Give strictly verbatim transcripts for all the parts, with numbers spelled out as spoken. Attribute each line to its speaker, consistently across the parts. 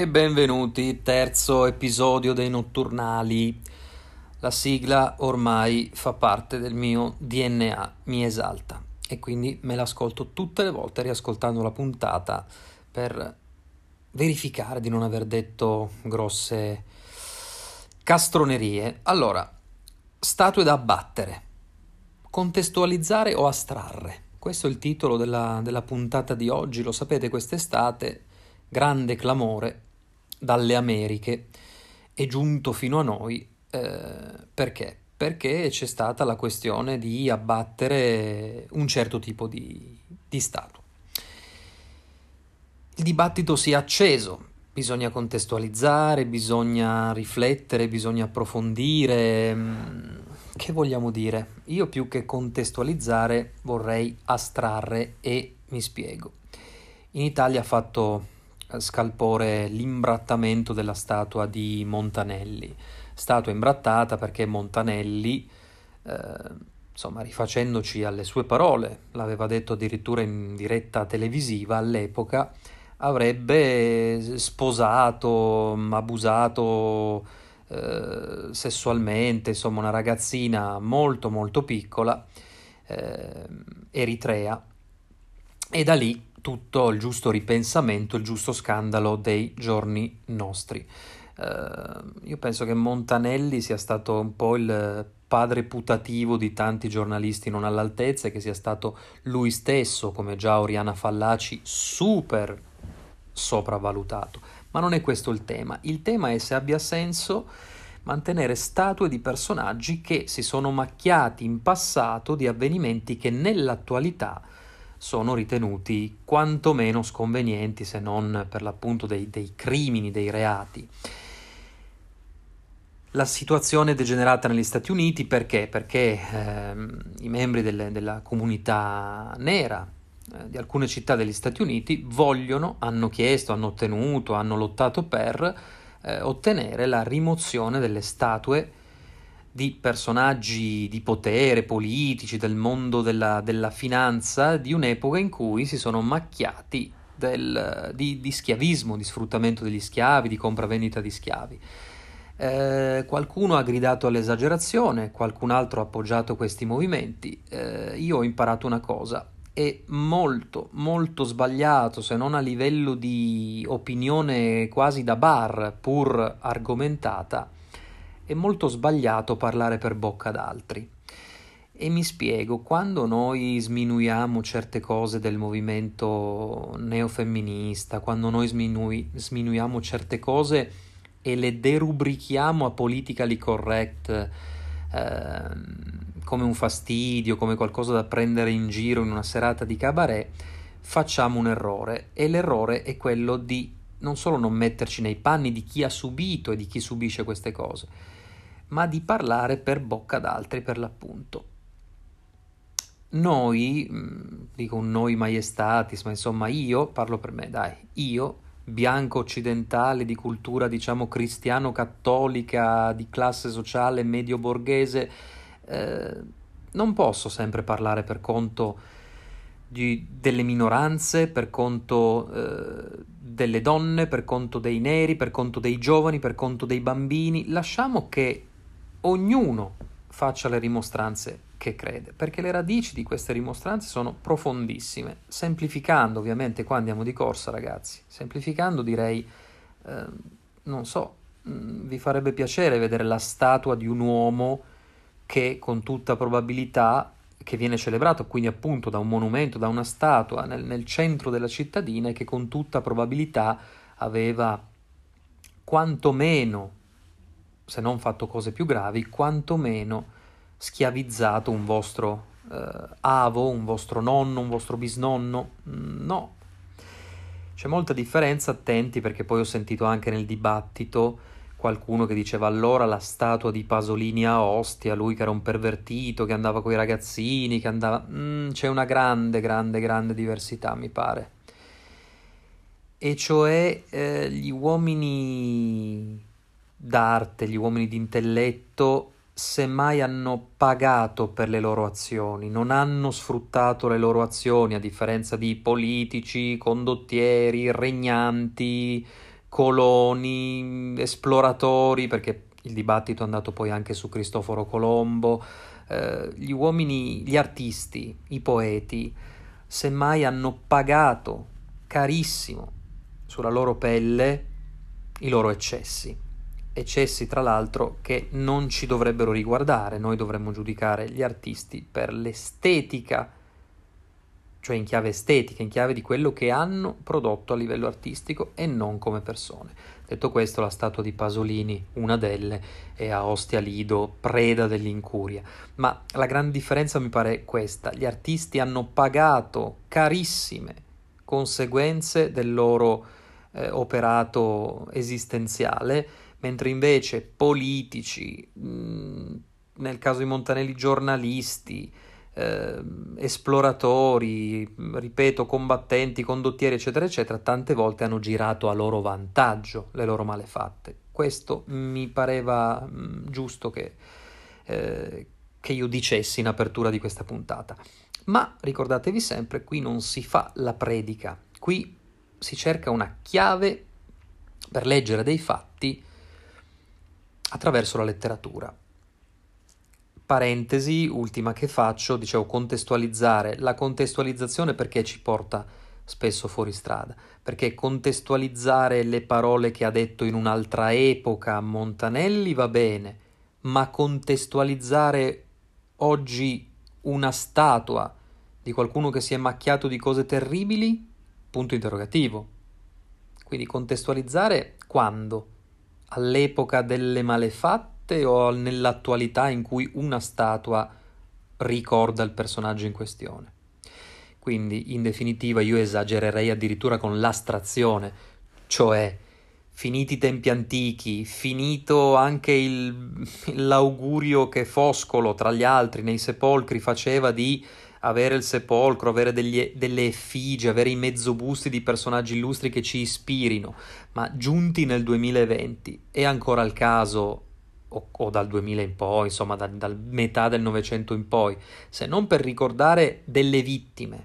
Speaker 1: E benvenuti, terzo episodio dei Notturnali. La sigla ormai fa parte del mio D N A, mi esalta e quindi me l'ascolto tutte le volte riascoltando la puntata per verificare di non aver detto grosse castronerie. Allora, statue da abbattere, contestualizzare o astrarre? Questo è il titolo della, della puntata di oggi. Lo sapete, quest'estate grande clamore dalle Americhe è giunto fino a noi. Eh, perché? Perché c'è stata la questione di abbattere un certo tipo di, di statue. Il dibattito si è acceso, bisogna contestualizzare, bisogna riflettere, bisogna approfondire. Che vogliamo dire? Io più che contestualizzare vorrei astrarre e mi spiego. In Italia ha fatto scalpore l'imbrattamento della statua di Montanelli, statua imbrattata perché Montanelli, eh, insomma, rifacendoci alle sue parole, l'aveva detto addirittura in diretta televisiva all'epoca, avrebbe sposato, abusato eh, sessualmente, insomma, una ragazzina molto molto piccola, eh, eritrea, e da lì tutto il giusto ripensamento, il giusto scandalo dei giorni nostri. Uh, io penso che Montanelli sia stato un po' il padre putativo di tanti giornalisti non all'altezza e che sia stato lui stesso, come già Oriana Fallaci, super sopravvalutato. Ma non è questo il tema. Il tema è se abbia senso mantenere statue di personaggi che si sono macchiati in passato di avvenimenti che nell'attualità sono ritenuti quantomeno sconvenienti, se non per l'appunto dei, dei crimini, dei reati. La situazione è degenerata negli Stati Uniti perché? Perché ehm, i membri delle, della comunità nera eh, di alcune città degli Stati Uniti vogliono, hanno chiesto, hanno ottenuto, hanno lottato per eh, ottenere la rimozione delle statue di personaggi di potere, politici, del mondo della, della finanza, di un'epoca in cui si sono macchiati del, di, di schiavismo, di sfruttamento degli schiavi, di compravendita di schiavi. Eh, qualcuno ha gridato all'esagerazione, qualcun altro ha appoggiato questi movimenti. Eh, io ho imparato una cosa: è molto, molto sbagliato, se non a livello di opinione quasi da bar, pur argomentata, è molto sbagliato parlare per bocca d'altri. E mi spiego, quando noi sminuiamo certe cose del movimento neofemminista, quando noi sminui, sminuiamo certe cose e le derubrichiamo a politically correct, eh, come un fastidio, come qualcosa da prendere in giro in una serata di cabaret, facciamo un errore. E l'errore è quello di non solo non metterci nei panni di chi ha subito e di chi subisce queste cose, ma di parlare per bocca d'altri, per l'appunto. Noi, dico un noi maiestatis, ma insomma io, parlo per me, dai, io, bianco occidentale, di cultura diciamo cristiano-cattolica, di classe sociale medio-borghese, eh, non posso sempre parlare per conto di, delle minoranze, per conto eh, delle donne, per conto dei neri, per conto dei giovani, per conto dei bambini. Lasciamo che ognuno faccia le rimostranze che crede, perché le radici di queste rimostranze sono profondissime. Semplificando, ovviamente qua andiamo di corsa, ragazzi, semplificando direi, eh, non so, mh, vi farebbe piacere vedere la statua di un uomo che con tutta probabilità, che viene celebrato quindi appunto da un monumento, da una statua nel, nel centro della cittadina, e che con tutta probabilità aveva quantomeno, se non fatto cose più gravi, quantomeno schiavizzato un vostro eh, avo, un vostro nonno, un vostro bisnonno. No, c'è molta differenza, attenti, perché poi ho sentito anche nel dibattito qualcuno che diceva allora la statua di Pasolini a Ostia, lui che era un pervertito, che andava coi ragazzini, che andava... Mm, c'è una grande, grande, grande diversità, mi pare. E cioè eh, gli uomini d'arte, gli uomini di intelletto, semmai hanno pagato per le loro azioni, non hanno sfruttato le loro azioni, a differenza di politici, condottieri, regnanti, coloni, esploratori, perché il dibattito è andato poi anche su Cristoforo Colombo, eh, gli uomini, gli artisti, i poeti, semmai hanno pagato carissimo sulla loro pelle i loro eccessi. Eccessi, tra l'altro, che non ci dovrebbero riguardare. Noi dovremmo giudicare gli artisti per l'estetica, cioè in chiave estetica, in chiave di quello che hanno prodotto a livello artistico e non come persone. Detto questo, la statua di Pasolini, una delle, è a Ostia Lido, preda dell'incuria. Ma la gran differenza mi pare questa: gli artisti hanno pagato carissime conseguenze del loro eh, operato esistenziale, mentre invece politici, mh, nel caso di Montanelli giornalisti, eh, esploratori, ripeto, combattenti, condottieri, eccetera, eccetera, tante volte hanno girato a loro vantaggio le loro malefatte. Questo mi pareva mh, giusto che, eh, che io dicessi in apertura di questa puntata. Ma ricordatevi sempre, qui non si fa la predica, qui si cerca una chiave per leggere dei fatti attraverso la letteratura. Parentesi, ultima che faccio, dicevo contestualizzare. La contestualizzazione perché ci porta spesso fuori strada? Perché contestualizzare le parole che ha detto in un'altra epoca Montanelli va bene, ma contestualizzare oggi una statua di qualcuno che si è macchiato di cose terribili? Punto interrogativo. Quindi contestualizzare quando? All'epoca delle malefatte o nell'attualità in cui una statua ricorda il personaggio in questione? Quindi, in definitiva, io esagererei addirittura con l'astrazione, cioè, finiti i tempi antichi, finito anche il, l'augurio che Foscolo, tra gli altri, nei sepolcri faceva di avere il sepolcro, avere degli, delle effigie, avere i mezzobusti di personaggi illustri che ci ispirino, ma giunti nel duemilaventi è ancora il caso, o, o dal duemila in poi, insomma dal, dal metà del Novecento in poi, se non per ricordare delle vittime,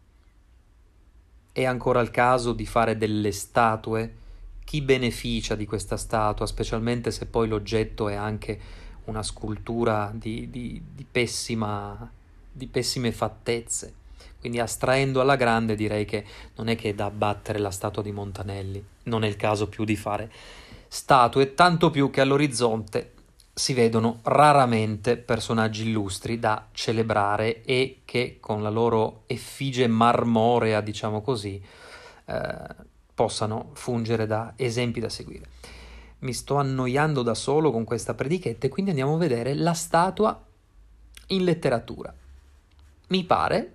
Speaker 1: è ancora il caso di fare delle statue? Chi beneficia di questa statua, specialmente se poi l'oggetto è anche una scultura di, di, di pessima, di pessime fattezze? Quindi, astraendo alla grande, direi che non è che è da abbattere la statua di Montanelli, non è il caso più di fare statue, tanto più che all'orizzonte si vedono raramente personaggi illustri da celebrare e che con la loro effigie marmorea, diciamo così, eh, possano fungere da esempi da seguire. Mi sto annoiando da solo con questa predichetta e quindi andiamo a vedere la statua in letteratura. Mi pare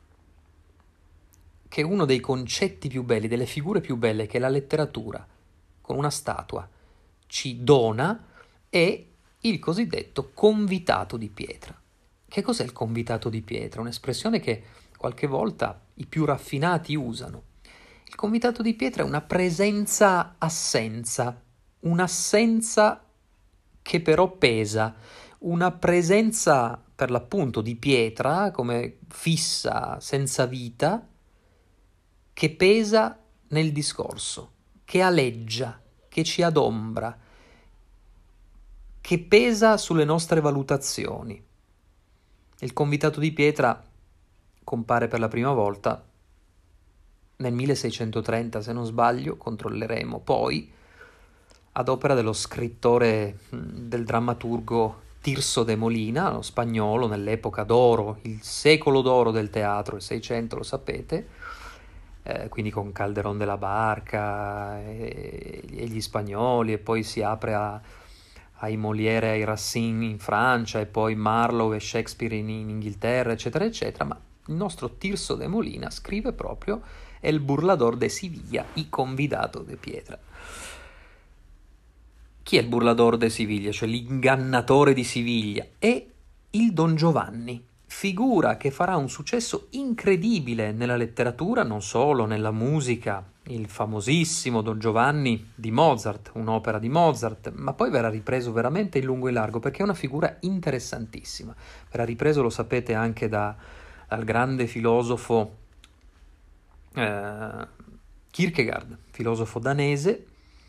Speaker 1: che uno dei concetti più belli, delle figure più belle che la letteratura con una statua ci dona è il cosiddetto convitato di pietra. Che cos'è il convitato di pietra? Un'espressione che qualche volta i più raffinati usano. Il convitato di pietra è una presenza-assenza, un'assenza che però pesa, una presenza per l'appunto di pietra, come fissa, senza vita, che pesa nel discorso, che aleggia, che ci adombra, che pesa sulle nostre valutazioni. Il convitato di pietra compare per la prima volta nel milleseicentotrenta, se non sbaglio, controlleremo poi, ad opera dello scrittore, del drammaturgo Tirso de Molina, lo spagnolo, nell'epoca d'oro, il secolo d'oro del teatro, il Seicento, lo sapete, eh, quindi con Calderón de la Barca e, e gli spagnoli, e poi si apre a ai Molière e ai Racine in Francia, e poi Marlowe e Shakespeare in, in Inghilterra, eccetera, eccetera, ma il nostro Tirso de Molina scrive proprio El burlador de Siviglia, i convidato de pietra. Chi è il burlador de Siviglia, cioè l'ingannatore di Siviglia? È il Don Giovanni, figura che farà un successo incredibile nella letteratura, non solo nella musica, il famosissimo Don Giovanni di Mozart, un'opera di Mozart, ma poi verrà ripreso veramente in lungo e largo perché è una figura interessantissima. Verrà ripreso, lo sapete, anche da, dal grande filosofo eh, Kierkegaard, filosofo danese,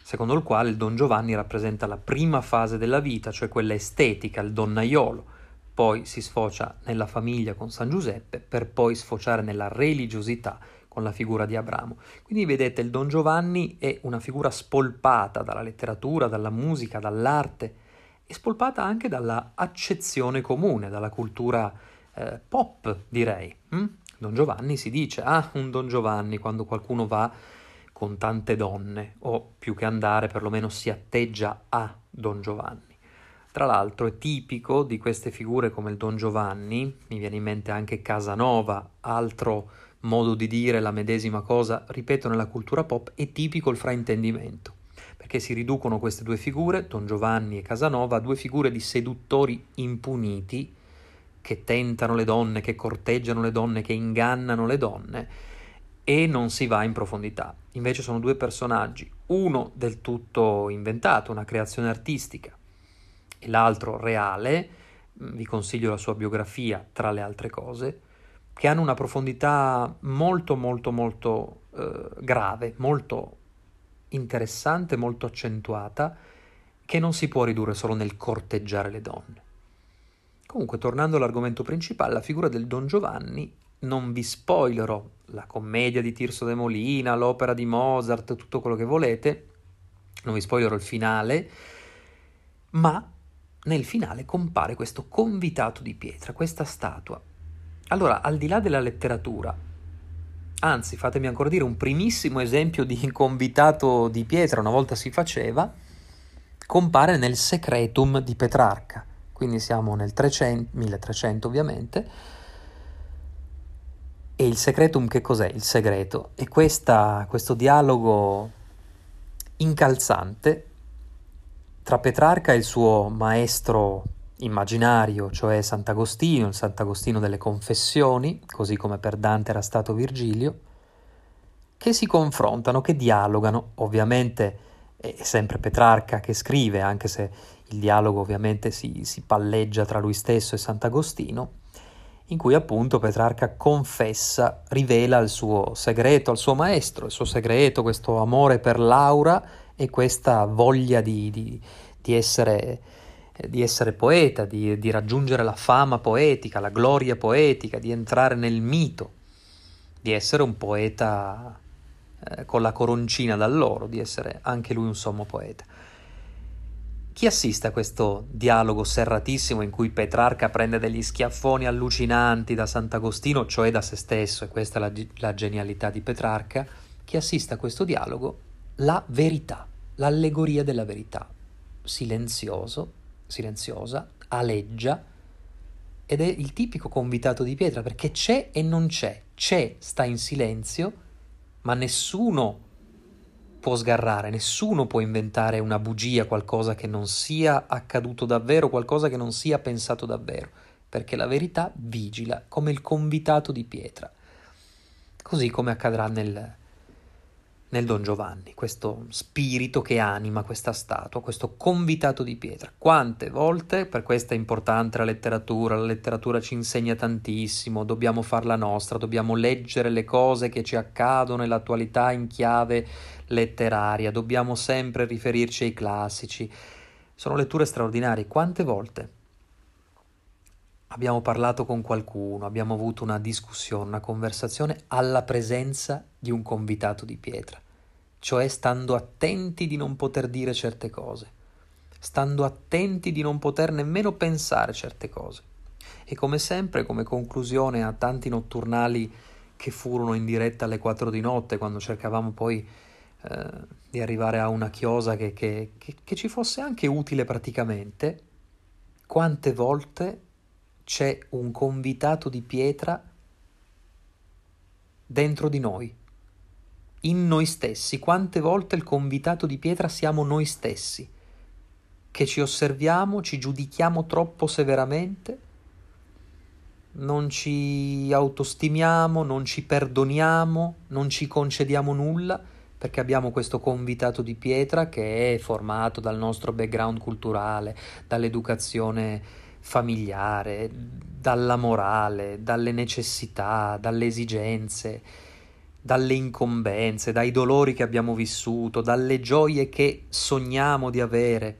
Speaker 1: secondo il quale il Don Giovanni rappresenta la prima fase della vita, cioè quella estetica, il donnaiolo, poi si sfocia nella famiglia con San Giuseppe, per poi sfociare nella religiosità con la figura di Abramo. Quindi vedete, il Don Giovanni è una figura spolpata dalla letteratura, dalla musica, dall'arte, e spolpata anche dalla accezione comune, dalla cultura eh, pop, direi. Hm? Don Giovanni si dice, ah, un Don Giovanni, quando qualcuno va con tante donne, o più che andare, perlomeno si atteggia a Don Giovanni. Tra l'altro è tipico di queste figure come il Don Giovanni, mi viene in mente anche Casanova, altro modo di dire la medesima cosa, ripeto, nella cultura pop, è tipico il fraintendimento, perché si riducono queste due figure, Don Giovanni e Casanova, a due figure di seduttori impuniti che tentano le donne, che corteggiano le donne, che ingannano le donne, e non si va in profondità. Invece sono due personaggi, uno del tutto inventato, una creazione artistica, e l'altro reale, vi consiglio la sua biografia tra le altre cose, che hanno una profondità molto molto molto eh, grave, molto interessante, molto accentuata, che non si può ridurre solo nel corteggiare le donne. Comunque, tornando all'argomento principale, la figura del Don Giovanni, non vi spoilerò la commedia di Tirso de Molina, l'opera di Mozart, tutto quello che volete, non vi spoilerò il finale, ma nel finale compare questo convitato di pietra, questa statua. Allora, al di là della letteratura, anzi, fatemi ancora dire, un primissimo esempio di convitato di pietra, una volta si faceva, compare nel Secretum di Petrarca, quindi siamo nel trecento, milletrecento ovviamente, e il Secretum che cos'è? Il segreto. E questa, questo dialogo incalzante tra Petrarca e il suo maestro immaginario, cioè Sant'Agostino, il Sant'Agostino delle Confessioni, così come per Dante era stato Virgilio, che si confrontano, che dialogano. Ovviamente è sempre Petrarca che scrive, anche se il dialogo ovviamente si, si palleggia tra lui stesso e Sant'Agostino, in cui appunto Petrarca confessa, rivela il suo segreto al suo maestro, il suo segreto, questo amore per Laura e questa voglia di, di, di, essere, di essere poeta, di, di raggiungere la fama poetica, la gloria poetica, di entrare nel mito, di essere un poeta eh, con la coroncina d'alloro, di essere anche lui un sommo poeta. Chi assiste a questo dialogo serratissimo in cui Petrarca prende degli schiaffoni allucinanti da Sant'Agostino, cioè da se stesso, e questa è la, la genialità di Petrarca, chi assiste a questo dialogo, la verità, l'allegoria della verità, silenzioso, silenziosa, aleggia, ed è il tipico convitato di pietra, perché c'è e non c'è, c'è, sta in silenzio, ma nessuno può sgarrare, nessuno può inventare una bugia, qualcosa che non sia accaduto davvero, qualcosa che non sia pensato davvero, perché la verità vigila come il convitato di pietra, così come accadrà nel, nel Don Giovanni, questo spirito che anima questa statua, questo convitato di pietra. Quante volte, per questo è importante la letteratura, la letteratura ci insegna tantissimo, dobbiamo farla nostra, dobbiamo leggere le cose che ci accadono nell'attualità in chiave letteraria, dobbiamo sempre riferirci ai classici. Sono letture straordinarie. Quante volte abbiamo parlato con qualcuno, abbiamo avuto una discussione, una conversazione alla presenza di un convitato di pietra, cioè stando attenti di non poter dire certe cose, stando attenti di non poter nemmeno pensare certe cose. E come sempre, come conclusione a tanti notturnali che furono in diretta alle quattro di notte, quando cercavamo poi eh, di arrivare a una chiosa che, che, che, che ci fosse anche utile praticamente, quante volte c'è un convitato di pietra dentro di noi, in noi stessi. Quante volte il convitato di pietra siamo noi stessi, che ci osserviamo, ci giudichiamo troppo severamente, non ci autostimiamo, non ci perdoniamo, non ci concediamo nulla, perché abbiamo questo convitato di pietra che è formato dal nostro background culturale, dall'educazione familiare, dalla morale, dalle necessità, dalle esigenze, dalle incombenze, dai dolori che abbiamo vissuto, dalle gioie che sogniamo di avere.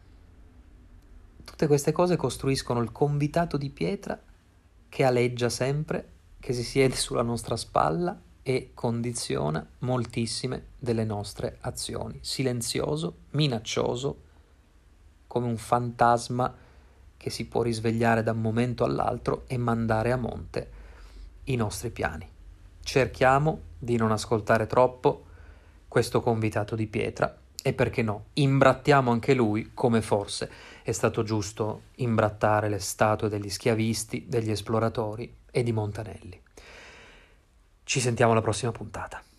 Speaker 1: Tutte queste cose costruiscono il convitato di pietra che aleggia sempre, che si siede sulla nostra spalla e condiziona moltissime delle nostre azioni. Silenzioso, minaccioso, come un fantasma che si può risvegliare da un momento all'altro e mandare a monte i nostri piani. Cerchiamo di non ascoltare troppo questo convitato di pietra e, perché no, imbrattiamo anche lui, come forse è stato giusto imbrattare le statue degli schiavisti, degli esploratori e di Montanelli. Ci sentiamo alla prossima puntata.